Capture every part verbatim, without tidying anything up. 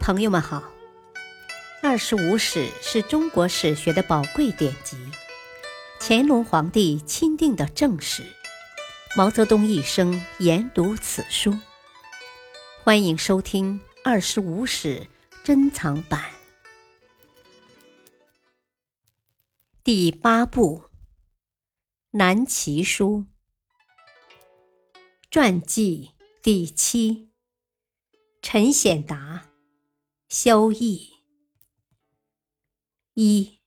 朋友们好，二十五史是中国史学的宝贵典籍，乾隆皇帝钦定的正史，毛泽东一生研读此书。欢迎收听二十五史珍藏版第八部南齐书传记第七，陈显达、萧绎。一，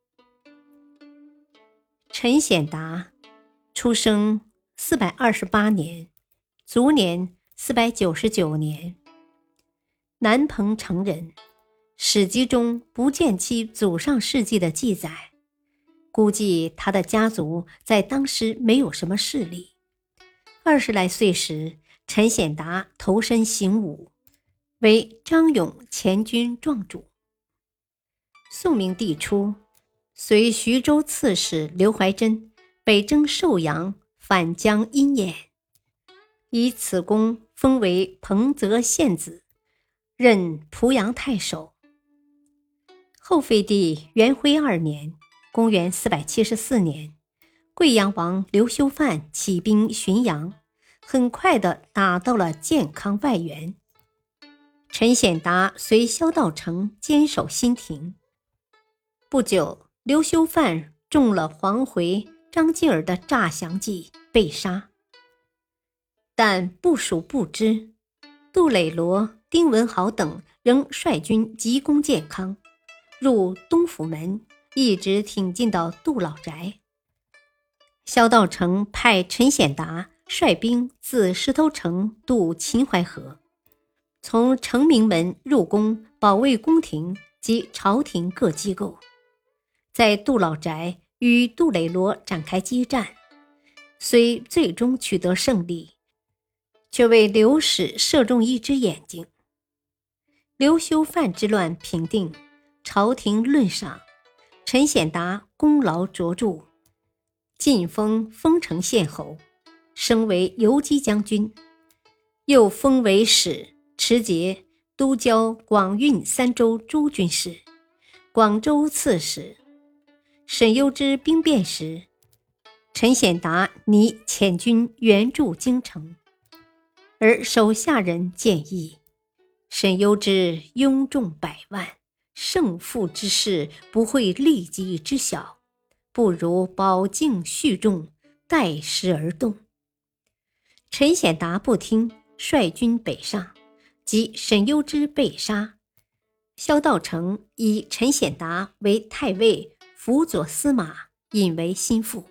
陈显达出生四百二十八年，卒年四百九十九年，南彭城人，史籍中不见其祖上事迹的记载，估计他的家族在当时没有什么势力。二十来岁时，陈显达投身行武，为张勇前军壮主。宋明帝初，随徐州刺史刘怀珍北征寿阳，反将阴衍，以此功封为彭泽县子，任濮阳太守。后废帝元徽二年，公元四百七十四年，贵阳王刘修范起兵浔阳，很快地打到了建康外园。陈显达随萧道成坚守新亭。不久，刘修范中了黄回、张敬儿的诈降计，被杀。但部属不知，杜磊罗、丁文豪等仍率军急攻建康，入东府门，一直挺进到杜老宅。萧道成派陈显达率兵自石头城渡秦淮河，从成明门入宫，保卫宫廷及朝廷各机构，在杜老宅与杜磊罗展开激战，虽最终取得胜利，却为刘氏射中一只眼睛。刘修范之乱平定，朝廷论赏，陈显达功劳卓著，晋封丰城县侯，升为游击将军，又封为使、持节、都交广运三州诸军事、广州刺史。沈攸之兵变时，陈显达拟遣军援助京城，而手下人建议，沈攸之拥众百万，胜负之势不会立即知晓，不如保境蓄众，待时而动。陈显达不听，率军北上，及沈攸之被杀，萧道成以陈显达为太尉辅佐司马，引为心腹。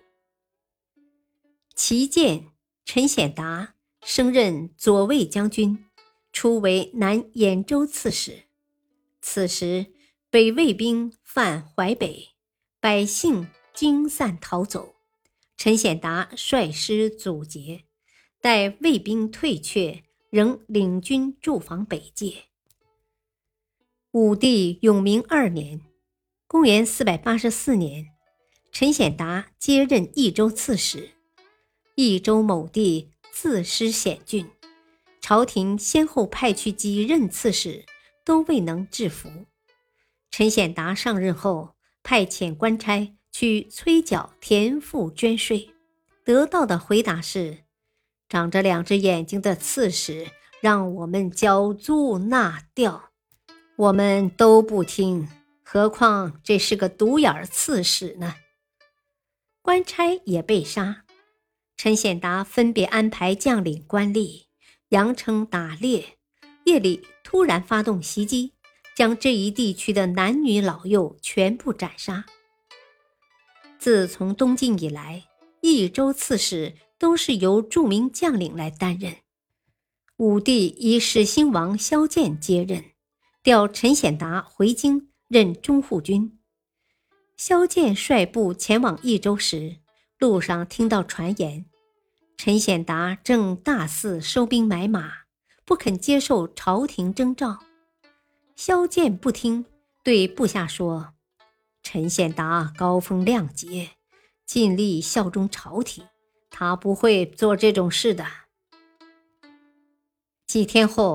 其见陈显达升任左卫将军，初为南兖州刺史。此时北魏兵犯淮北，百姓惊散逃走，陈显达率师阻截，待魏兵退却，仍领军驻防北界。武帝永明二年，公元四百八十四年，陈显达接任益州刺史。益州某地自失险峻，朝廷先后派去几任刺史，都未能制服。陈显达上任后，派遣官差去催缴田赋捐税，得到的回答是：长着两只眼睛的刺史让我们缴租纳调，我们都不听，何况这是个独眼刺史呢？官差也被杀。陈显达分别安排将领官吏，扬称打猎，夜里突然发动袭击，将这一地区的男女老幼全部斩杀。自从东晋以来，益州刺史都是由著名将领来担任。武帝以始兴王萧剑接任，调陈显达回京任中护军。萧剑率部前往益州时，路上听到传言，陈显达正大肆收兵买马，不肯接受朝廷征召。萧剑不听，对部下说：陈显达高风亮节，尽力效忠朝廷，他不会做这种事的。几天后，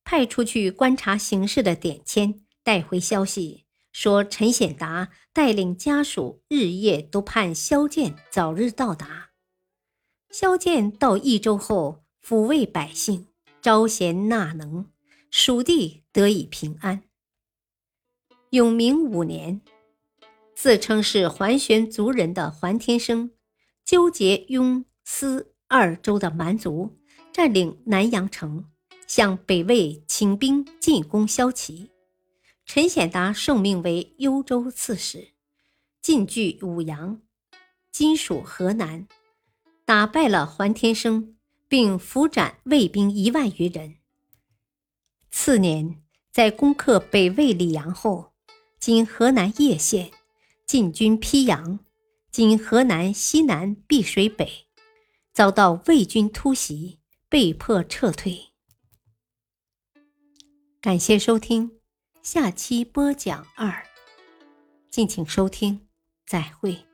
派出去观察形势的典签带回消息，说陈显达带领家属日夜都盼萧剑早日到达。萧剑到益州后，抚慰百姓，招贤纳能，蜀地得以平安。永明五年，自称是桓玄族人的桓天生，纠结雍司二州的蛮族，占领南阳城，向北魏请兵进攻萧齐。陈显达受命为幽州刺史，进据武阳，今属河南，打败了桓天生，并俘斩魏兵一万余人。次年，在攻克北魏溧阳后，今河南叶县，进军邳阳，今河南西南碧水北，遭到魏军突袭，被迫撤退。感谢收听，下期播讲二，敬请收听，再会。